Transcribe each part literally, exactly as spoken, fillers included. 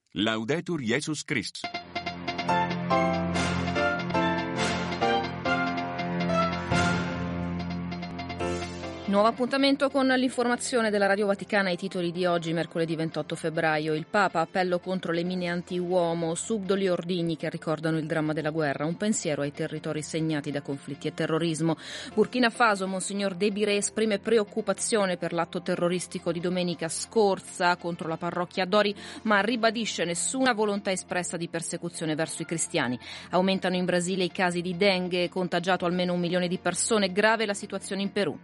Laudetur Jesus Christus. Nuovo appuntamento con l'informazione della Radio Vaticana. I titoli di oggi, mercoledì ventotto febbraio. Il Papa, appello contro le mine anti-uomo, subdoli ordigni che ricordano il dramma della guerra, un pensiero ai territori segnati da conflitti e terrorismo. Burkina Faso, Monsignor Debiré esprime preoccupazione per l'atto terroristico di domenica scorsa contro la parrocchia Dori, ma ribadisce nessuna volontà espressa di persecuzione verso i cristiani. Aumentano in Brasile i casi di dengue, contagiato almeno un milione di persone, grave la situazione in Perù.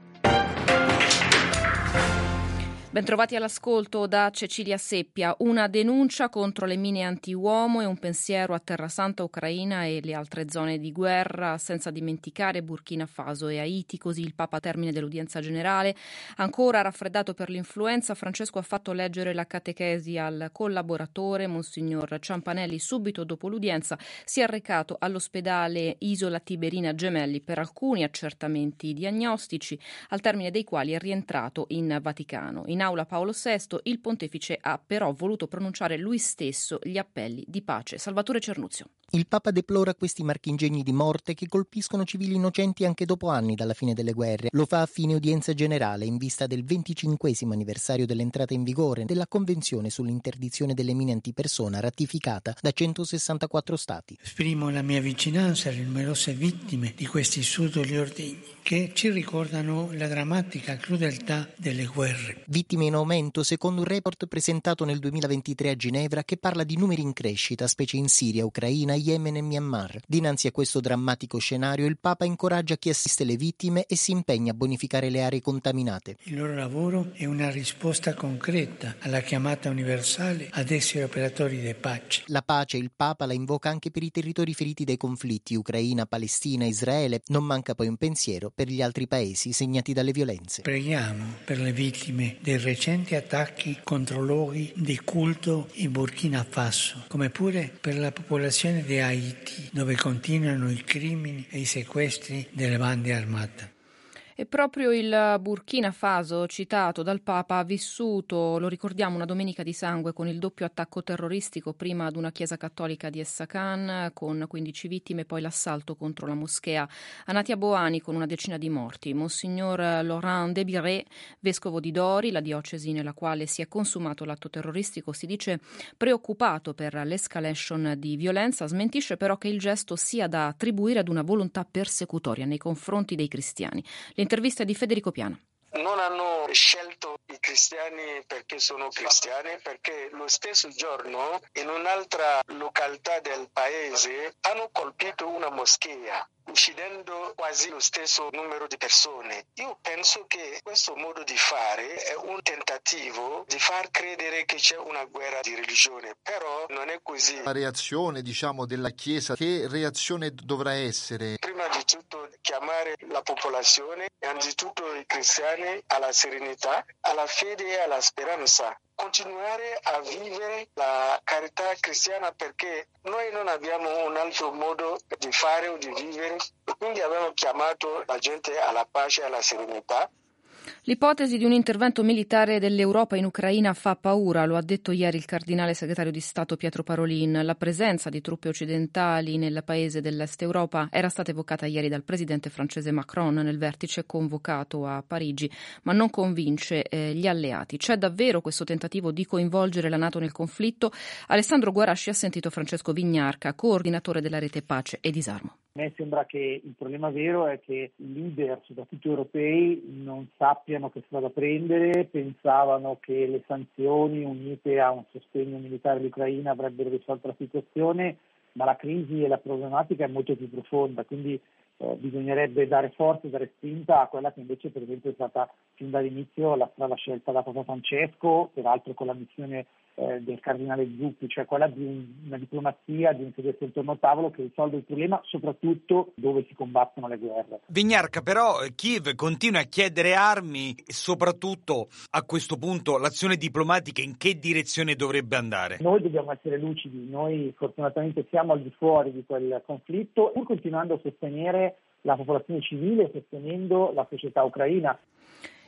Bentrovati all'ascolto da Cecilia Seppia. Una denuncia contro le mine anti-uomo e un pensiero a Terrasanta, Ucraina e le altre zone di guerra, senza dimenticare Burkina Faso e Haiti. Così il Papa a termine dell'udienza generale. Ancora raffreddato per l'influenza, Francesco ha fatto leggere la catechesi al collaboratore, Monsignor Ciampanelli. Subito dopo l'udienza si è recato all'ospedale Isola Tiberina Gemelli per alcuni accertamenti diagnostici, al termine dei quali è rientrato in Vaticano. In aula Paolo sesto, il pontefice ha però voluto pronunciare lui stesso gli appelli di pace. Salvatore Cernuzio. Il Papa deplora questi marchingegni di morte che colpiscono civili innocenti anche dopo anni dalla fine delle guerre. Lo fa a fine udienza generale in vista del venticinquesimo anniversario dell'entrata in vigore della Convenzione sull'interdizione delle mine antipersona ratificata da centosessantaquattro Stati. Esprimo la mia vicinanza alle numerose vittime di questi subdoli ordigni che ci ricordano la drammatica crudeltà delle guerre. Vittime in aumento secondo un report presentato nel duemilaventitré a Ginevra che parla di numeri in crescita, specie in Siria, Ucraina, Yemen e Myanmar. Dinanzi a questo drammatico scenario, il Papa incoraggia chi assiste le vittime e si impegna a bonificare le aree contaminate. Il loro lavoro è una risposta concreta alla chiamata universale ad essere operatori di pace. La pace il Papa la invoca anche per i territori feriti dai conflitti, Ucraina, Palestina, Israele. Non manca poi un pensiero per gli altri paesi segnati dalle violenze. Preghiamo per le vittime dei recenti attacchi contro luoghi di culto in Burkina Faso, come pure per la popolazione di Haiti, dove continuano i crimini e i sequestri delle bande armate. E proprio il Burkina Faso, citato dal Papa, ha vissuto, lo ricordiamo, una domenica di sangue con il doppio attacco terroristico, prima ad una chiesa cattolica di Essakan con quindici vittime, poi l'assalto contro la moschea a Natia Boani con una decina di morti. Monsignor Laurent Debiré, vescovo di Dori, la diocesi nella quale si è consumato l'atto terroristico, si dice preoccupato per l'escalation di violenza, smentisce però che il gesto sia da attribuire ad una volontà persecutoria nei confronti dei cristiani. L'intervista è di Federico Piana. Non hanno scelto i cristiani perché sono cristiani, perché lo stesso giorno in un'altra località del paese hanno colpito una moschea, uccidendo quasi lo stesso numero di persone. Io penso che questo modo di fare è un tentativo di far credere che c'è una guerra di religione, però non è così. La reazione, diciamo, della Chiesa, che reazione dovrà essere? Prima di tutto chiamare la popolazione, innanzitutto i cristiani, alla serenità, alla fede e alla speranza. Continuare a vivere la carità cristiana, perché noi non abbiamo un altro modo di fare o di vivere, e quindi abbiamo chiamato la gente alla pace e alla serenità. L'ipotesi di un intervento militare dell'Europa in Ucraina fa paura, lo ha detto ieri il cardinale segretario di Stato Pietro Parolin. La presenza di truppe occidentali nel paese dell'Est Europa era stata evocata ieri dal presidente francese Macron nel vertice convocato a Parigi, ma non convince eh, gli alleati. C'è davvero questo tentativo di coinvolgere la NATO nel conflitto? Alessandro Guarasci ha sentito Francesco Vignarca, coordinatore della rete Pace e Disarmo. A me sembra che il problema vero è che i leader, soprattutto europei, non sappiano che strada prendere, pensavano che le sanzioni unite a un sostegno militare all'Ucraina avrebbero risolto la situazione, ma la crisi e la problematica è molto più profonda, quindi eh, bisognerebbe dare forza e dare spinta a quella che invece per esempio è stata fin dall'inizio la strada scelta da Papa Francesco, peraltro con la missione eh, del cardinale Zuppi, cioè quella di un, una diplomazia, di un sedersi intorno al tavolo che risolve il problema soprattutto dove si combattono le guerre. Vignarca, però Kiev continua a chiedere armi e soprattutto a questo punto l'azione diplomatica in che direzione dovrebbe andare? Noi dobbiamo essere lucidi, noi fortunatamente siamo al di fuori di quel conflitto, pur continuando a sostenere la popolazione civile, sostenendo la società ucraina.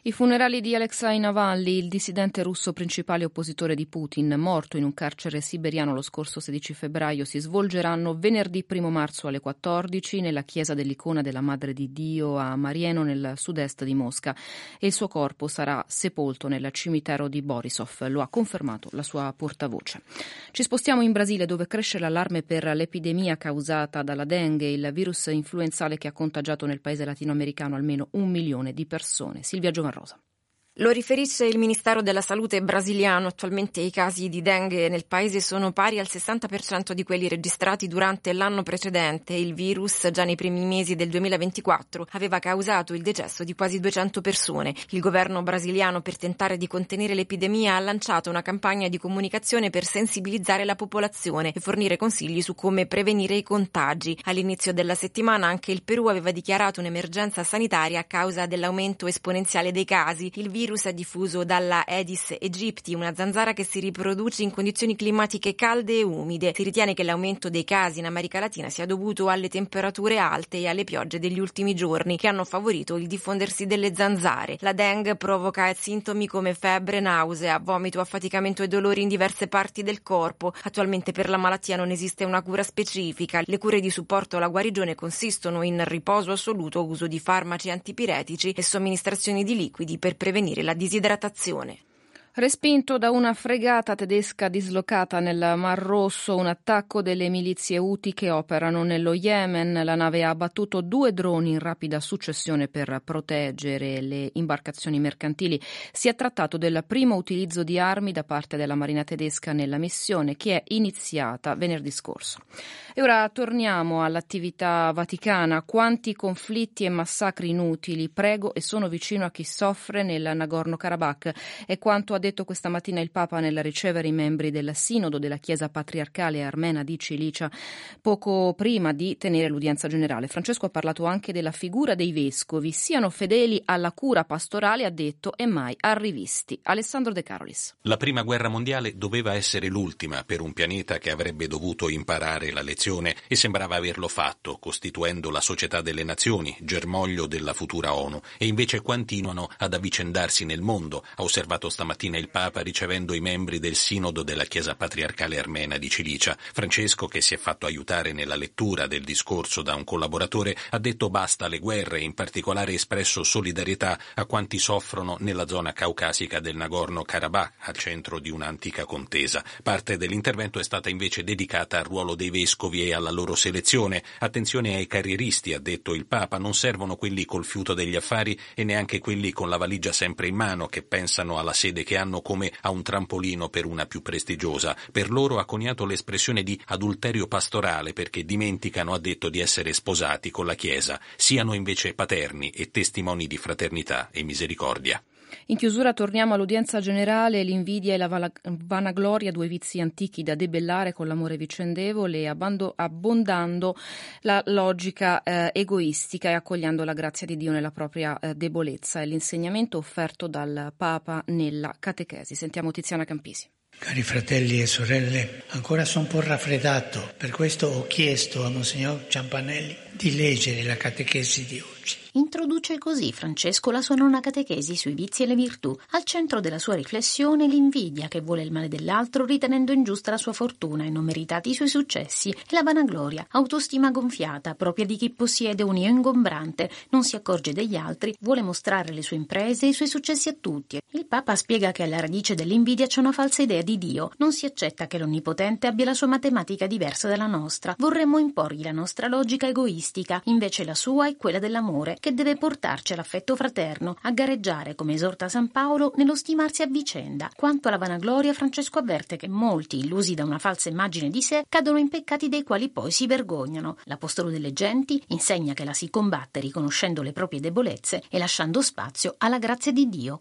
I funerali di Alexei Navalny, il dissidente russo principale oppositore di Putin, morto in un carcere siberiano lo scorso sedici febbraio, si svolgeranno venerdì primo marzo alle quattordici nella chiesa dell'Icona della Madre di Dio a Marieno nel sud-est di Mosca e il suo corpo sarà sepolto nel cimitero di Borisov, lo ha confermato la sua portavoce. Ci spostiamo in Brasile dove cresce l'allarme per l'epidemia causata dalla dengue, il virus influenzale che ha contagiato nel paese latinoamericano almeno un milione di persone. Silvia Giovan Rosa. Lo riferisce il Ministero della Salute brasiliano. Attualmente i casi di dengue nel paese sono pari al sessanta per cento di quelli registrati durante l'anno precedente. Il virus, già nei primi mesi del duemilaventiquattro, aveva causato il decesso di quasi duecento persone. Il governo brasiliano, per tentare di contenere l'epidemia, ha lanciato una campagna di comunicazione per sensibilizzare la popolazione e fornire consigli su come prevenire i contagi. All'inizio della settimana anche il Perù aveva dichiarato un'emergenza sanitaria a causa dell'aumento esponenziale dei casi. Il virus Il virus è diffuso dalla Aedes aegypti, una zanzara che si riproduce in condizioni climatiche calde e umide. Si ritiene che l'aumento dei casi in America Latina sia dovuto alle temperature alte e alle piogge degli ultimi giorni che hanno favorito il diffondersi delle zanzare. La dengue provoca sintomi come febbre, nausea, vomito, affaticamento e dolori in diverse parti del corpo. Attualmente per la malattia non esiste una cura specifica. Le cure di supporto alla guarigione consistono in riposo assoluto, uso di farmaci antipiretici e somministrazioni di liquidi per prevenire la disidratazione. Respinto da una fregata tedesca dislocata nel Mar Rosso un attacco delle milizie Houthi che operano nello Yemen. La nave ha abbattuto due droni in rapida successione per proteggere le imbarcazioni mercantili. Si è trattato del primo utilizzo di armi da parte della Marina tedesca nella missione che è iniziata venerdì scorso. E ora torniamo all'attività vaticana. Quanti conflitti e massacri inutili. Prego e sono vicino a chi soffre nel Nagorno-Karabakh. È quanto ha detto questa mattina il Papa nel ricevere i membri del Sinodo della Chiesa Patriarcale Armena di Cilicia poco prima di tenere l'udienza generale. Francesco ha parlato anche della figura dei vescovi, siano fedeli alla cura pastorale, ha detto, e mai arrivisti. Alessandro De Carolis. La prima guerra mondiale doveva essere l'ultima per un pianeta che avrebbe dovuto imparare la lezione e sembrava averlo fatto, costituendo la Società delle Nazioni, germoglio della futura ONU, e invece continuano ad avvicendarsi nel mondo, ha osservato stamattina il Papa ricevendo i membri del Sinodo della Chiesa Patriarcale Armena di Cilicia. Francesco, che si è fatto aiutare nella lettura del discorso da un collaboratore, ha detto basta alle guerre e in particolare espresso solidarietà a quanti soffrono nella zona caucasica del Nagorno-Karabakh, al centro di un'antica contesa. Parte dell'intervento è stata invece dedicata al ruolo dei vescovi e alla loro selezione. Attenzione ai carrieristi, ha detto il Papa, non servono quelli col fiuto degli affari e neanche quelli con la valigia sempre in mano che pensano alla sede che hanno come a un trampolino per una più prestigiosa. Per loro ha coniato l'espressione di adulterio pastorale perché dimenticano, ha detto, di essere sposati con la Chiesa. Siano invece paterni e testimoni di fraternità e misericordia. In chiusura torniamo all'udienza generale. L'invidia e la vanagloria, due vizi antichi da debellare con l'amore vicendevole, abbando, abbondando la logica eh, egoistica e accogliendo la grazia di Dio nella propria eh, debolezza. È l'insegnamento offerto dal Papa nella catechesi. Sentiamo Tiziana Campisi. Cari fratelli e sorelle, ancora sono un po' raffreddato, per questo ho chiesto a Monsignor Ciampanelli di leggere la catechesi di oggi. Introduce così Francesco la sua nona catechesi sui vizi e le virtù. Al centro della sua riflessione l'invidia che vuole il male dell'altro ritenendo ingiusta la sua fortuna e non meritati i suoi successi, e la vanagloria, autostima gonfiata, propria di chi possiede un io ingombrante, non si accorge degli altri, vuole mostrare le sue imprese e i suoi successi a tutti. Il Papa spiega che alla radice dell'invidia c'è una falsa idea di Dio. Non si accetta che l'Onnipotente abbia la sua matematica diversa dalla nostra. Vorremmo imporgli la nostra logica egoistica, invece la sua è quella dell'amore, che deve portarci all'affetto fraterno, a gareggiare, come esorta San Paolo, nello stimarsi a vicenda. Quanto alla vanagloria, Francesco avverte che molti, illusi da una falsa immagine di sé, cadono in peccati dei quali poi si vergognano. L'Apostolo delle Genti insegna che la si combatte riconoscendo le proprie debolezze e lasciando spazio alla grazia di Dio.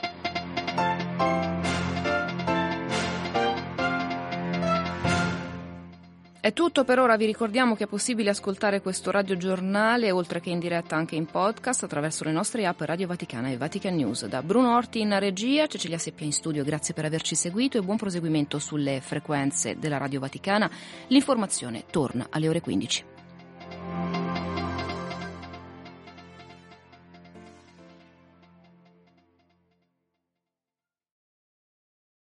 È tutto per ora, vi ricordiamo che è possibile ascoltare questo radiogiornale oltre che in diretta anche in podcast attraverso le nostre app Radio Vaticana e Vatican News. Da Bruno Orti in regia, Cecilia Seppia in studio, grazie per averci seguito e buon proseguimento sulle frequenze della Radio Vaticana. L'informazione torna alle ore quindici.